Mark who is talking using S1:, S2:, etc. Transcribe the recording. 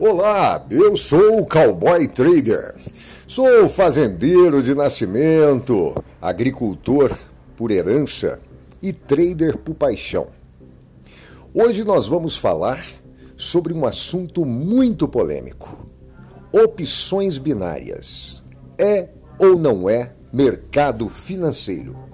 S1: Olá, eu sou o Cowboy Trader. Sou fazendeiro de nascimento, agricultor por herança e trader por paixão. Hoje nós vamos falar sobre um assunto muito polêmico: opções binárias. É ou não é mercado financeiro?